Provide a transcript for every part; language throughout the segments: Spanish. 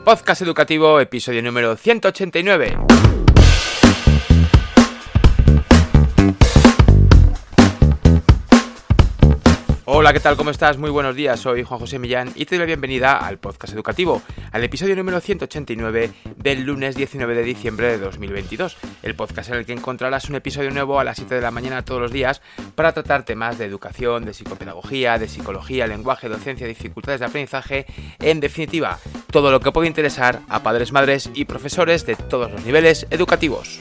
Podcast Educativo, episodio número 189. Hola, ¿qué tal? ¿Cómo estás? Muy buenos días, soy Juan José Millán y te doy la bienvenida al Podcast Educativo, al episodio número 189 del lunes 19 de diciembre de 2022, el podcast en el que encontrarás un episodio nuevo a las 7 de la mañana todos los días para tratar temas de educación, de psicopedagogía, de psicología, lenguaje, docencia, dificultades de aprendizaje, en definitiva, todo lo que puede interesar a padres, madres y profesores de todos los niveles educativos.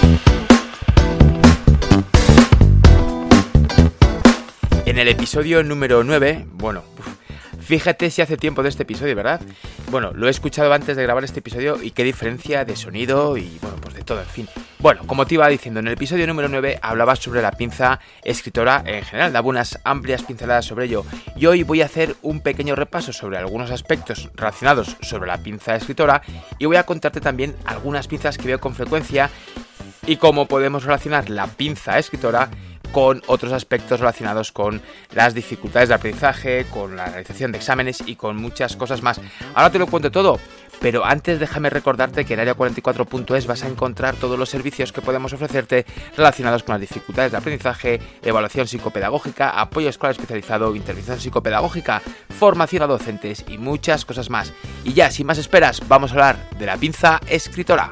En el episodio número 9, fíjate si hace tiempo de este episodio, ¿verdad? Bueno, lo he escuchado antes de grabar este episodio y qué diferencia de sonido y, pues de todo, en fin. Bueno, como te iba diciendo, en el episodio número 9 hablaba sobre la pinza escritora en general, daba unas amplias pinceladas sobre ello. Y hoy voy a hacer un pequeño repaso sobre algunos aspectos relacionados sobre la pinza escritora y voy a contarte también algunas pinzas que veo con frecuencia y cómo podemos relacionar la pinza escritora con otros aspectos relacionados con las dificultades de aprendizaje, con la realización de exámenes y con muchas cosas más. Ahora te lo cuento todo, pero antes déjame recordarte que en área44.es vas a encontrar todos los servicios que podemos ofrecerte relacionados con las dificultades de aprendizaje, evaluación psicopedagógica, apoyo escolar especializado, intervención psicopedagógica, formación a docentes y muchas cosas más. Y ya, sin más esperas, vamos a hablar de la pinza escritora.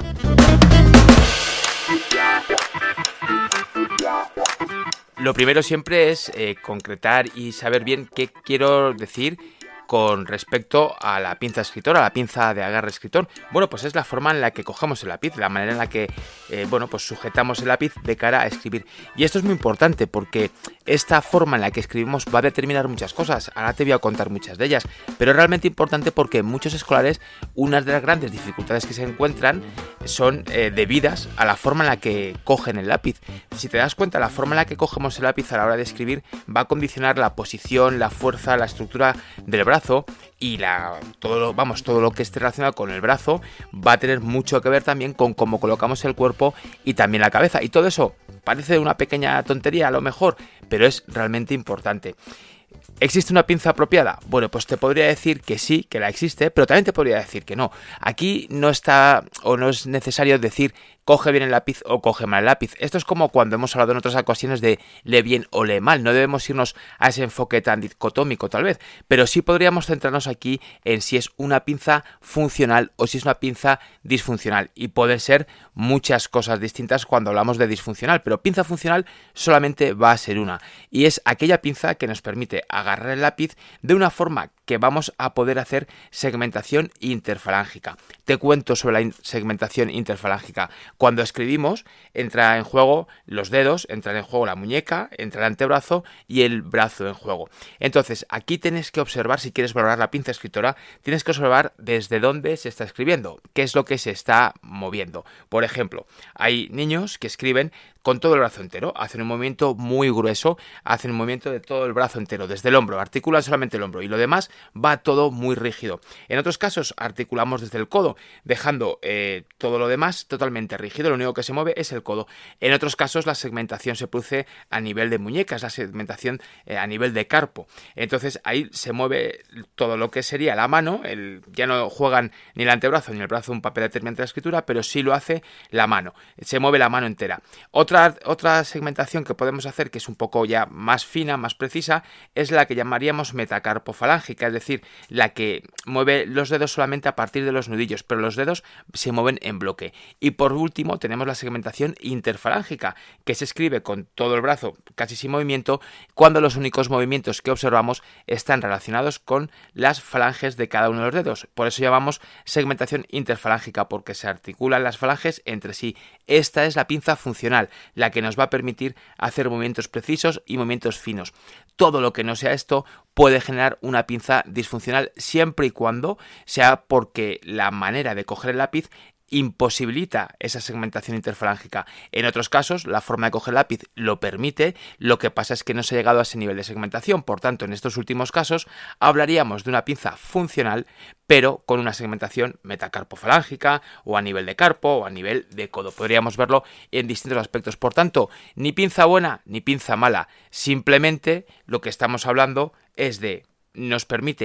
Lo primero siempre es concretar y saber bien qué quiero decir con respecto a la pinza escritora, la pinza de agarre escritor. Bueno, pues es la forma en la que cogemos el lápiz, la manera en la que pues sujetamos el lápiz de cara a escribir. Y esto es muy importante porque esta forma en la que escribimos va a determinar muchas cosas. Ahora te voy a contar muchas de ellas, pero es realmente importante porque en muchos escolares una de las grandes dificultades que se encuentran son debidas a la forma en la que cogen el lápiz. Si te das cuenta, la forma en la que cogemos el lápiz a la hora de escribir va a condicionar la posición, la fuerza, la estructura del brazo y todo lo que esté relacionado con el brazo va a tener mucho que ver también con cómo colocamos el cuerpo y también la cabeza. Y todo eso parece una pequeña tontería a lo mejor, pero es realmente importante. ¿Existe una pinza apropiada? Bueno, pues te podría decir que sí, que la existe, pero también te podría decir que no. Aquí no está o no es necesario decir coge bien el lápiz o coge mal el lápiz. Esto es como cuando hemos hablado en otras ocasiones de lee bien o lee mal. No debemos irnos a ese enfoque tan dicotómico tal vez, pero sí podríamos centrarnos aquí en si es una pinza funcional o si es una pinza disfuncional. Y pueden ser muchas cosas distintas cuando hablamos de disfuncional, pero pinza funcional solamente va a ser una. Y es aquella pinza que nos permite agarrar el lápiz de una forma que vamos a poder hacer segmentación interfalángica. Te cuento sobre la segmentación interfalángica. Cuando escribimos, entra en juego los dedos, entra en juego la muñeca, entra el antebrazo y el brazo en juego. Entonces, aquí tienes que observar, si quieres valorar la pinza escritora, tienes que observar desde dónde se está escribiendo, qué es lo que se está moviendo. Por ejemplo, hay niños que escriben con todo el brazo entero, hacen un movimiento muy grueso, hacen un movimiento de todo el brazo entero, desde el hombro, articulan solamente el hombro y lo demás va todo muy rígido. En otros casos articulamos desde el codo, dejando todo lo demás totalmente rígido, lo único que se mueve es el codo. En otros casos la segmentación se produce a nivel de muñecas, la segmentación a nivel de carpo. Entonces ahí se mueve todo lo que sería la mano, ya no juegan ni el antebrazo ni el brazo un papel determinante de la escritura, pero sí lo hace la mano, se mueve la mano entera. Otra segmentación que podemos hacer, que es un poco ya más fina, más precisa, es la que llamaríamos metacarpofalángica, es decir, la que mueve los dedos solamente a partir de los nudillos, pero los dedos se mueven en bloque. Y por último tenemos la segmentación interfalángica, que se escribe con todo el brazo casi sin movimiento, cuando los únicos movimientos que observamos están relacionados con las falanges de cada uno de los dedos. Por eso llamamos segmentación interfalángica, porque se articulan las falanges entre sí. Esta es la pinza funcional, la que nos va a permitir hacer movimientos precisos y movimientos finos. Todo lo que no sea esto puede generar una pinza disfuncional siempre y cuando sea porque la manera de coger el lápiz imposibilita esa segmentación interfalángica. En otros casos, la forma de coger el lápiz lo permite, lo que pasa es que no se ha llegado a ese nivel de segmentación. Por tanto, en estos últimos casos, hablaríamos de una pinza funcional, pero con una segmentación metacarpofalángica, o a nivel de carpo, o a nivel de codo. Podríamos verlo en distintos aspectos. Por tanto, ni pinza buena, ni pinza mala. Simplemente, lo que estamos hablando es de nos permite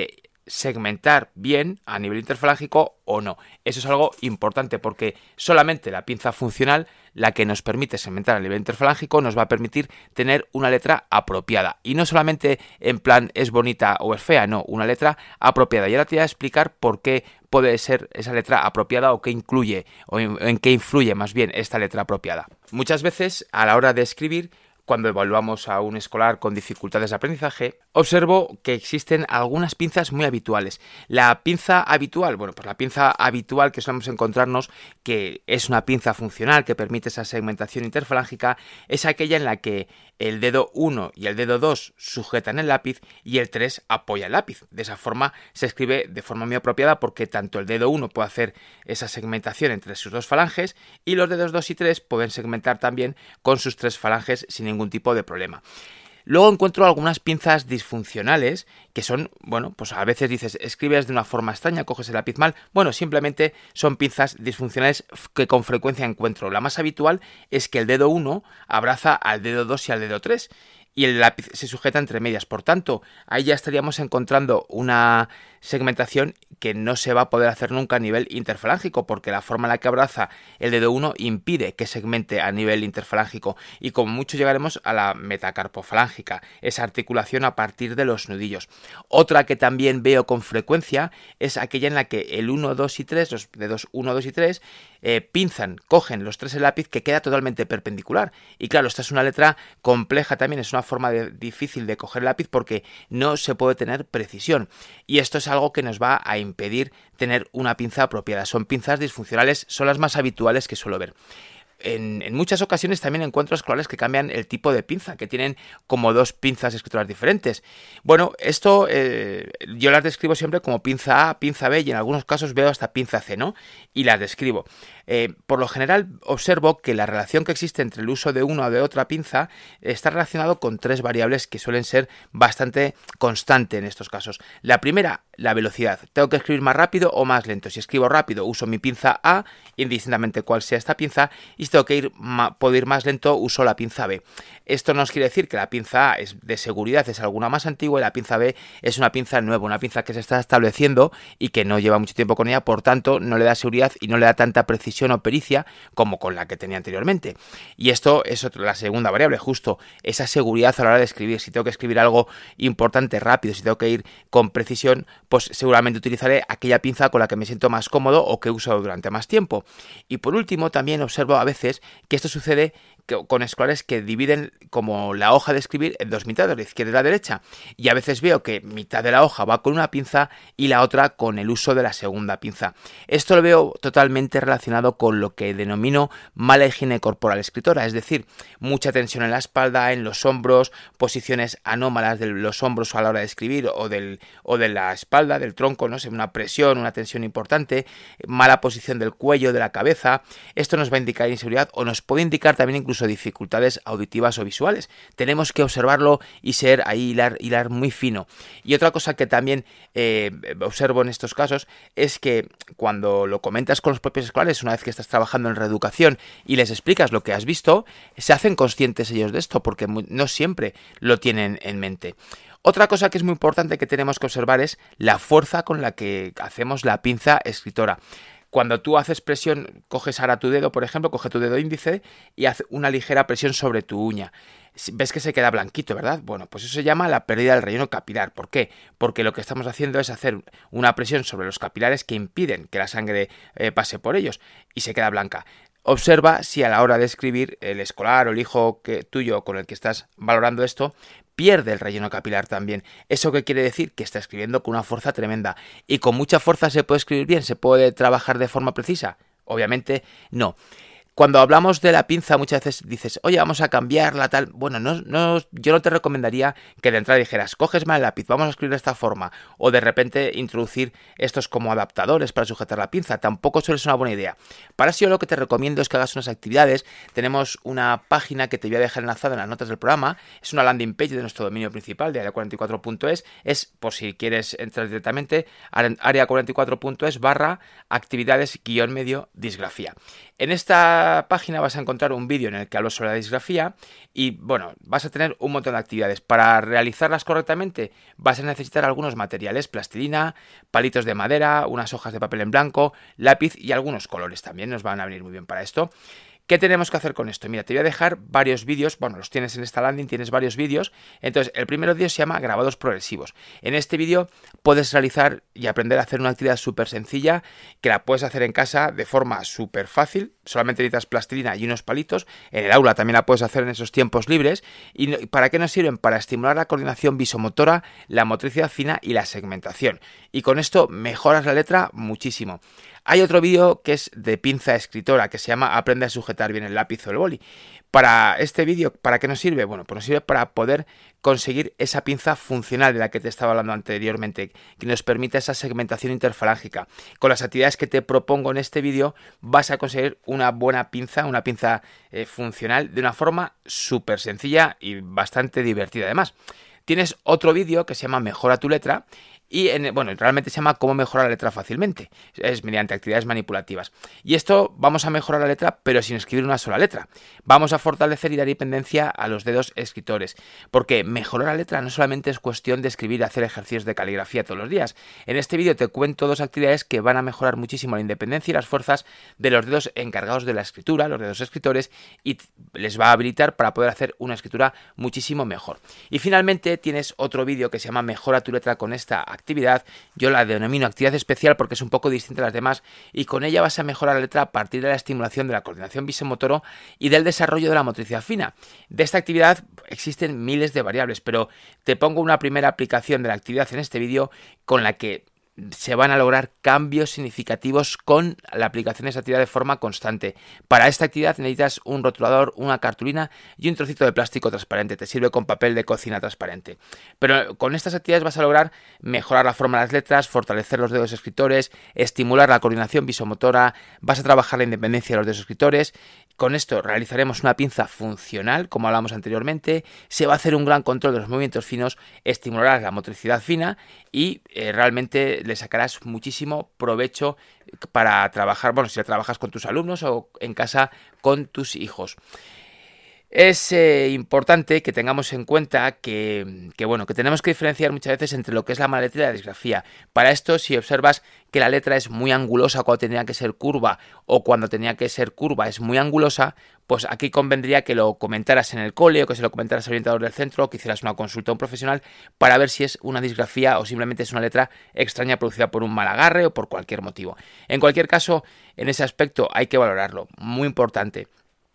segmentar bien a nivel interfalángico o no. Eso es algo importante porque solamente la pinza funcional, la que nos permite segmentar a nivel interfalángico, nos va a permitir tener una letra apropiada. Y no solamente en plan es bonita o es fea, no, una letra apropiada. Y ahora te voy a explicar por qué puede ser esa letra apropiada o qué incluye o en qué influye más bien esta letra apropiada. Muchas veces a la hora de escribir, cuando evaluamos a un escolar con dificultades de aprendizaje, observo que existen algunas pinzas muy habituales. La pinza habitual, bueno, pues la pinza habitual que solemos encontrarnos, que es una pinza funcional que permite esa segmentación interfalángica, es aquella en la que el dedo 1 y el dedo 2 sujetan el lápiz y el 3 apoya el lápiz. De esa forma se escribe de forma muy apropiada porque tanto el dedo 1 puede hacer esa segmentación entre sus dos falanges y los dedos 2 y 3 pueden segmentar también con sus tres falanges sin ningún tipo de problema. Luego encuentro algunas pinzas disfuncionales que son, bueno, pues a veces dices, escribes de una forma extraña, coges el lápiz mal. Bueno, simplemente son pinzas disfuncionales que con frecuencia encuentro. La más habitual es que el dedo 1 abraza al dedo 2 y al dedo 3 y el lápiz se sujeta entre medias. Por tanto, ahí ya estaríamos encontrando una segmentación que no se va a poder hacer nunca a nivel interfalángico porque la forma en la que abraza el dedo 1 impide que segmente a nivel interfalángico y como mucho llegaremos a la metacarpofalángica, esa articulación a partir de los nudillos. Otra que también veo con frecuencia es aquella en la que el 1, 2 y 3, los dedos 1, 2 y 3, pinzan, cogen los tres el lápiz que queda totalmente perpendicular. Y claro, esta es una letra compleja también, es una forma difícil de coger el lápiz porque no se puede tener precisión. Y esto es algo que nos va a impedir tener una pinza apropiada. Son pinzas disfuncionales, son las más habituales que suelo ver. En muchas ocasiones también encuentro escolares que cambian el tipo de pinza, que tienen como dos pinzas escritoras diferentes. Bueno, esto yo las describo siempre como pinza A, pinza B y en algunos casos veo hasta pinza C, ¿no? Y las describo. Por lo general observo que la relación que existe entre el uso de una o de otra pinza está relacionado con tres variables que suelen ser bastante constantes en estos casos. La primera, la velocidad. Tengo que escribir más rápido o más lento. Si escribo rápido uso mi pinza A, indistintamente cuál sea esta pinza, y si tengo que puedo ir más lento uso la pinza B. Esto nos quiere decir que la pinza A es de seguridad, es alguna más antigua y la pinza B es una pinza nueva, una pinza que se está estableciendo y que no lleva mucho tiempo con ella, por tanto no le da seguridad y no le da tanta precisión o pericia como con la que tenía anteriormente. Y esto es la segunda variable, justo esa seguridad a la hora de escribir. Si tengo que escribir algo importante rápido, si tengo que ir con precisión, pues seguramente utilizaré aquella pinza con la que me siento más cómodo o que uso durante más tiempo. Y por último, también observo a veces que esto sucede con escolares que dividen como la hoja de escribir en dos mitades, la izquierda y la derecha, y a veces veo que mitad de la hoja va con una pinza y la otra con el uso de la segunda pinza. Esto lo veo totalmente relacionado con lo que denomino mala higiene corporal escritora, es decir, mucha tensión en la espalda, en los hombros, posiciones anómalas de los hombros a la hora de escribir o de la espalda, del tronco, no sé, una presión, una tensión importante, mala posición del cuello, de la cabeza. Esto nos va a indicar inseguridad o nos puede indicar también incluso dificultades auditivas o visuales. Tenemos que observarlo y ser ahí hilar muy fino. Y otra cosa que también observo en estos casos es que cuando lo comentas con los propios escolares, una vez que estás trabajando en reeducación y les explicas lo que has visto, se hacen conscientes ellos de esto porque no siempre lo tienen en mente. Otra cosa que es muy importante que tenemos que observar es la fuerza con la que hacemos la pinza escritora. Cuando tú haces presión, coges ahora tu dedo, por ejemplo, coge tu dedo índice y haz una ligera presión sobre tu uña. Ves que se queda blanquito, ¿verdad? Bueno, pues eso se llama la pérdida del relleno capilar. ¿Por qué? Porque lo que estamos haciendo es hacer una presión sobre los capilares que impiden que la sangre pase por ellos y se queda blanca. Observa si a la hora de escribir el escolar o el hijo tuyo con el que estás valorando esto pierde el relleno capilar también. ¿Eso qué quiere decir? Que está escribiendo con una fuerza tremenda. ¿Y con mucha fuerza se puede escribir bien? ¿Se puede trabajar de forma precisa? Obviamente no. Cuando hablamos de la pinza muchas veces dices, oye, vamos a cambiarla, tal. Bueno, yo no te recomendaría que de entrada dijeras, coges mal el lápiz, vamos a escribir de esta forma. O de repente introducir estos como adaptadores para sujetar la pinza. Tampoco suele ser una buena idea. Para eso yo lo que te recomiendo es que hagas unas actividades. Tenemos una página que te voy a dejar enlazada en las notas del programa. Es una landing page de nuestro dominio principal de area44.es. Es, por si quieres entrar directamente, area44.es/actividades-disgrafía. En esta esta página vas a encontrar un vídeo en el que hablo sobre la disgrafía y, bueno, vas a tener un montón de actividades. Para realizarlas correctamente vas a necesitar algunos materiales, plastilina, palitos de madera, unas hojas de papel en blanco, lápiz y algunos colores también nos van a venir muy bien para esto. ¿Qué tenemos que hacer con esto? Mira, te voy a dejar varios vídeos, bueno, los tienes en esta landing, tienes varios vídeos. Entonces, el primer vídeo se llama Grabados Progresivos. En este vídeo puedes realizar y aprender a hacer una actividad súper sencilla, que la puedes hacer en casa de forma súper fácil. Solamente necesitas plastilina y unos palitos. En el aula también la puedes hacer en esos tiempos libres. ¿Y para qué nos sirven? Para estimular la coordinación visomotora, la motricidad fina y la segmentación. Y con esto mejoras la letra muchísimo. Hay otro vídeo que es de pinza escritora, que se llama Aprende a sujetar bien el lápiz o el boli. Para este vídeo, ¿para qué nos sirve? Bueno, pues nos sirve para poder conseguir esa pinza funcional de la que te estaba hablando anteriormente, que nos permite esa segmentación interfalángica. Con las actividades que te propongo en este vídeo vas a conseguir una buena pinza, una pinza funcional de una forma súper sencilla y bastante divertida además. Tienes otro vídeo que se llama Mejora tu letra. Y realmente se llama Cómo mejorar la letra fácilmente. Es mediante actividades manipulativas. Y esto vamos a mejorar la letra, pero sin escribir una sola letra. Vamos a fortalecer y dar independencia a los dedos escritores. Porque mejorar la letra no solamente es cuestión de escribir y hacer ejercicios de caligrafía todos los días. En este vídeo te cuento 2 actividades que van a mejorar muchísimo la independencia y las fuerzas de los dedos encargados de la escritura, los dedos escritores, y les va a habilitar para poder hacer una escritura muchísimo mejor. Y finalmente tienes otro vídeo que se llama Mejora tu letra con esta actividad. Yo la denomino actividad especial porque es un poco distinta a las demás y con ella vas a mejorar la letra a partir de la estimulación de la coordinación visomotora y del desarrollo de la motricidad fina. De esta actividad existen miles de variables, pero te pongo una primera aplicación de la actividad en este vídeo con la que se van a lograr cambios significativos con la aplicación de esta actividad de forma constante. Para esta actividad necesitas un rotulador, una cartulina y un trocito de plástico transparente. Te sirve con papel de cocina transparente. Pero con estas actividades vas a lograr mejorar la forma de las letras, fortalecer los dedos escritores, estimular la coordinación visomotora, vas a trabajar la independencia de los dedos escritores. Con esto realizaremos una pinza funcional, como hablamos anteriormente, se va a hacer un gran control de los movimientos finos, estimularás la motricidad fina y realmente le sacarás muchísimo provecho para trabajar, bueno, si trabajas con tus alumnos o en casa con tus hijos. Es importante que tengamos en cuenta que tenemos que diferenciar muchas veces entre lo que es la mala letra y la disgrafía. Para esto, si observas que la letra es muy angulosa cuando tenía que ser curva o cuando tenía que ser curva es muy angulosa, pues aquí convendría que lo comentaras en el cole o que se lo comentaras al orientador del centro o que hicieras una consulta a un profesional para ver si es una disgrafía o simplemente es una letra extraña producida por un mal agarre o por cualquier motivo. En cualquier caso, en ese aspecto hay que valorarlo, muy importante.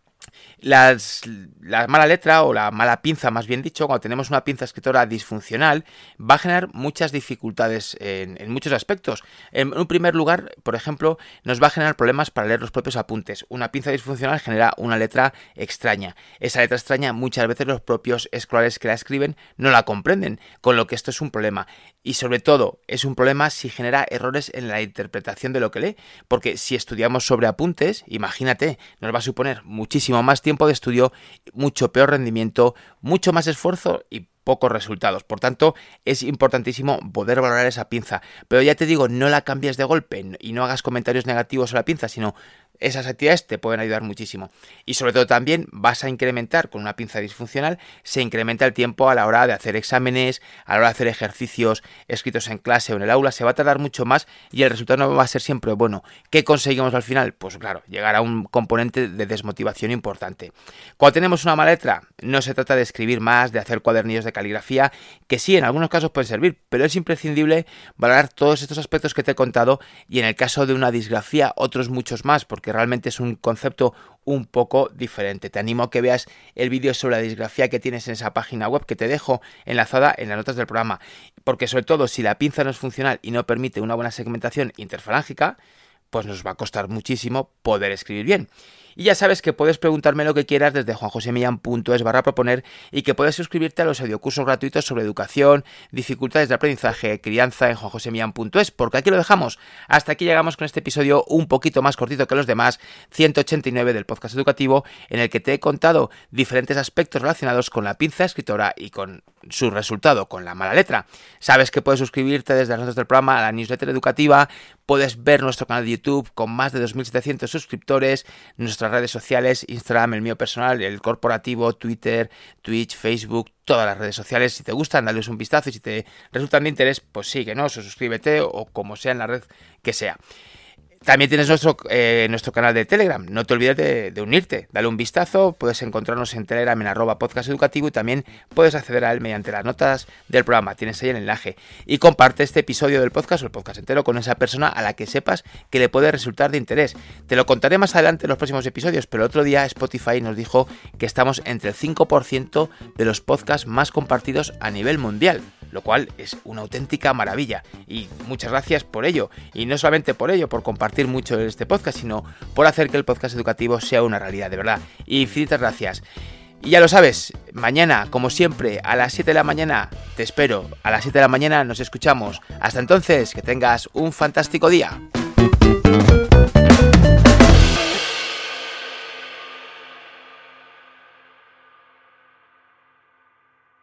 La mala letra o la mala pinza, más bien dicho, cuando tenemos una pinza escritora disfuncional, va a generar muchas dificultades en muchos aspectos. En un primer lugar, por ejemplo, nos va a generar problemas para leer los propios apuntes. Una pinza disfuncional genera una letra extraña. Esa letra extraña muchas veces los propios escolares que la escriben no la comprenden, con lo que esto es un problema. Y sobre todo es un problema si genera errores en la interpretación de lo que lee, porque si estudiamos sobre apuntes, imagínate, nos va a suponer muchísimo más tiempo de estudio, mucho peor rendimiento, mucho más esfuerzo y pocos resultados. Por tanto, es importantísimo poder valorar esa pinza. Pero ya te digo, no la cambies de golpe y no hagas comentarios negativos a la pinza, sino esas actividades te pueden ayudar muchísimo. Y sobre todo también vas a incrementar, con una pinza disfuncional, se incrementa el tiempo a la hora de hacer exámenes, a la hora de hacer ejercicios escritos en clase o en el aula, se va a tardar mucho más y el resultado no va a ser siempre bueno. ¿Qué conseguimos al final? Pues claro, llegar a un componente de desmotivación importante. Cuando tenemos una mala letra, no se trata de escribir más, de hacer cuadernillos de caligrafía, que sí, en algunos casos pueden servir, pero es imprescindible valorar todos estos aspectos que te he contado y en el caso de una disgrafía, otros muchos más, porque realmente es un concepto un poco diferente. Te animo a que veas el vídeo sobre la disgrafía que tienes en esa página web que te dejo enlazada en las notas del programa, porque sobre todo si la pinza no es funcional y no permite una buena segmentación interfalángica, pues nos va a costar muchísimo poder escribir bien. Y ya sabes que puedes preguntarme lo que quieras desde juanjosemillán.es/proponer y que puedes suscribirte a los audiocursos gratuitos sobre educación, dificultades de aprendizaje, crianza en juanjosemillán.es, porque aquí lo dejamos. Hasta aquí llegamos con este episodio un poquito más cortito que los demás, 189 del podcast educativo, en el que te he contado diferentes aspectos relacionados con la pinza escritora y con su resultado, con la mala letra. Sabes que puedes suscribirte desde las notas del programa a la newsletter educativa, puedes ver nuestro canal de YouTube con más de 2.700 suscriptores, nuestra las redes sociales, Instagram, el mío personal, el corporativo, Twitter, Twitch, Facebook, todas las redes sociales. Si te gustan, dales un vistazo y si te resultan de interés, pues síguenos o suscríbete o como sea en la red que sea. También tienes nuestro canal de Telegram. No te olvides de unirte. Dale un vistazo. Puedes encontrarnos en Telegram en @podcasteducativo y también puedes acceder a él mediante las notas del programa. Tienes ahí el enlace. Y comparte este episodio del podcast o el podcast entero con esa persona a la que sepas que le puede resultar de interés. Te lo contaré más adelante en los próximos episodios, pero el otro día Spotify nos dijo que estamos entre el 5% de los podcasts más compartidos a nivel mundial, lo cual es una auténtica maravilla. Y muchas gracias por ello. Y no solamente por ello, por compartir mucho este podcast, sino por hacer que el podcast educativo sea una realidad, de verdad. Infinitas gracias. Y ya lo sabes, mañana, como siempre, a las 7 de la mañana, te espero. A las 7 de la mañana nos escuchamos. Hasta entonces, que tengas un fantástico día.